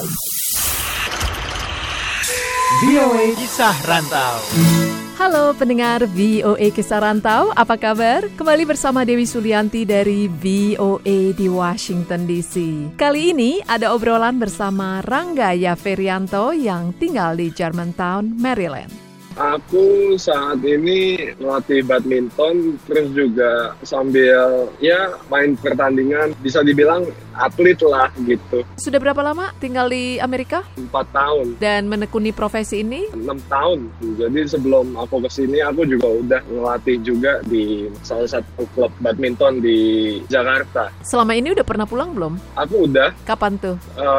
VOA Kisah Rantau. Halo pendengar VOA Kisah Rantau, apa kabar? Kembali bersama Dewi Sulianti dari VOA di Washington DC. Kali ini ada obrolan bersama Rangga Yaferianto yang tinggal di Germantown, Maryland. Aku saat ini melatih badminton, terus juga sambil main pertandingan, bisa dibilang atlet lah gitu. Sudah berapa lama tinggal di Amerika? 4 tahun. Dan menekuni profesi ini? 6 tahun. Jadi sebelum aku kesini, aku juga udah ngelatih juga di salah satu klub badminton di Jakarta. Selama ini udah pernah pulang belum? Aku udah. Kapan tuh?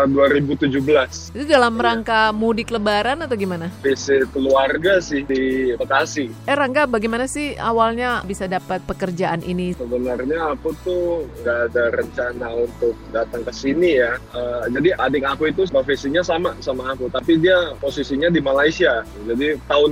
2017. Itu dalam rangka mudik lebaran atau gimana? Visit keluarga sih di Bekasi. Rangga, bagaimana sih awalnya bisa dapat pekerjaan ini? Sebenarnya aku tuh nggak ada rencana untuk datang ke sini ya. Jadi adik aku itu profesinya sama aku, tapi dia posisinya di Malaysia. Jadi tahun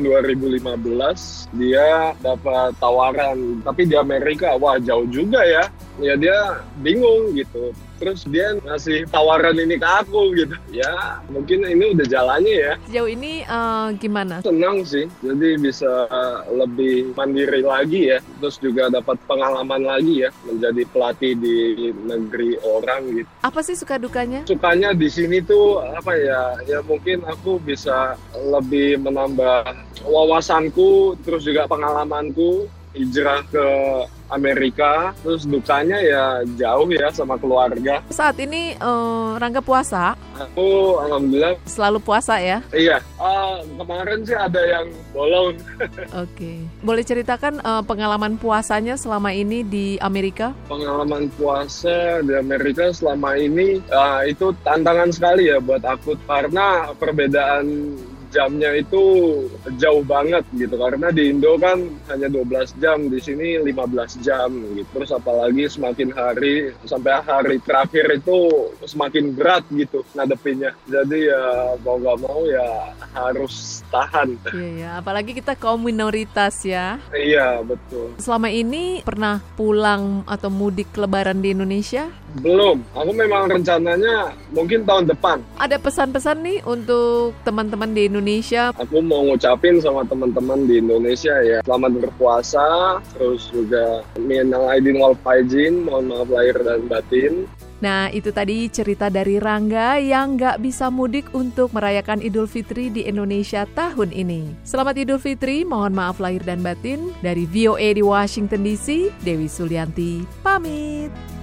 2015 dia dapat tawaran, tapi di Amerika, wah jauh juga ya. Ya dia bingung gitu. Terus dia ngasih tawaran ini ke aku gitu. Ya mungkin ini udah jalannya ya. Sejauh ini gimana? Senang sih, jadi bisa lebih mandiri lagi ya. Terus juga dapat pengalaman lagi ya, menjadi pelatih di negeri orang gitu. Apa sih suka dukanya? Sukanya di sini tuh apa ya? Ya mungkin aku bisa lebih menambah wawasanku, terus juga pengalamanku. Hijrah ke Amerika, terus dukanya ya jauh ya sama keluarga. Saat ini Rangga puasa? Aku alhamdulillah selalu puasa ya? Iya, kemarin sih ada yang bolong. Oke. Boleh ceritakan pengalaman puasanya selama ini di Amerika? Pengalaman puasa di Amerika selama ini itu tantangan sekali ya buat aku, karena perbedaan jamnya itu jauh banget gitu, karena di Indo kan hanya 12 jam, di sini 15 jam gitu. Terus apalagi semakin hari sampai hari terakhir itu semakin berat gitu ngadepinnya. Jadi ya mau gak mau ya harus tahan. Iya, apalagi kita kaum minoritas ya. Iya, betul. Selama ini pernah pulang atau mudik lebaran di Indonesia? Belum, aku memang rencananya mungkin tahun depan. Ada pesan-pesan nih untuk teman-teman di Indonesia? Aku mau ngucapin sama teman-teman di Indonesia ya, selamat berpuasa, terus juga minal aidin wal faizin, mohon maaf lahir dan batin. Nah, itu tadi cerita dari Rangga yang nggak bisa mudik untuk merayakan Idul Fitri di Indonesia tahun ini. Selamat Idul Fitri, mohon maaf lahir dan batin. Dari VOA di Washington DC, Dewi Sulianti, pamit.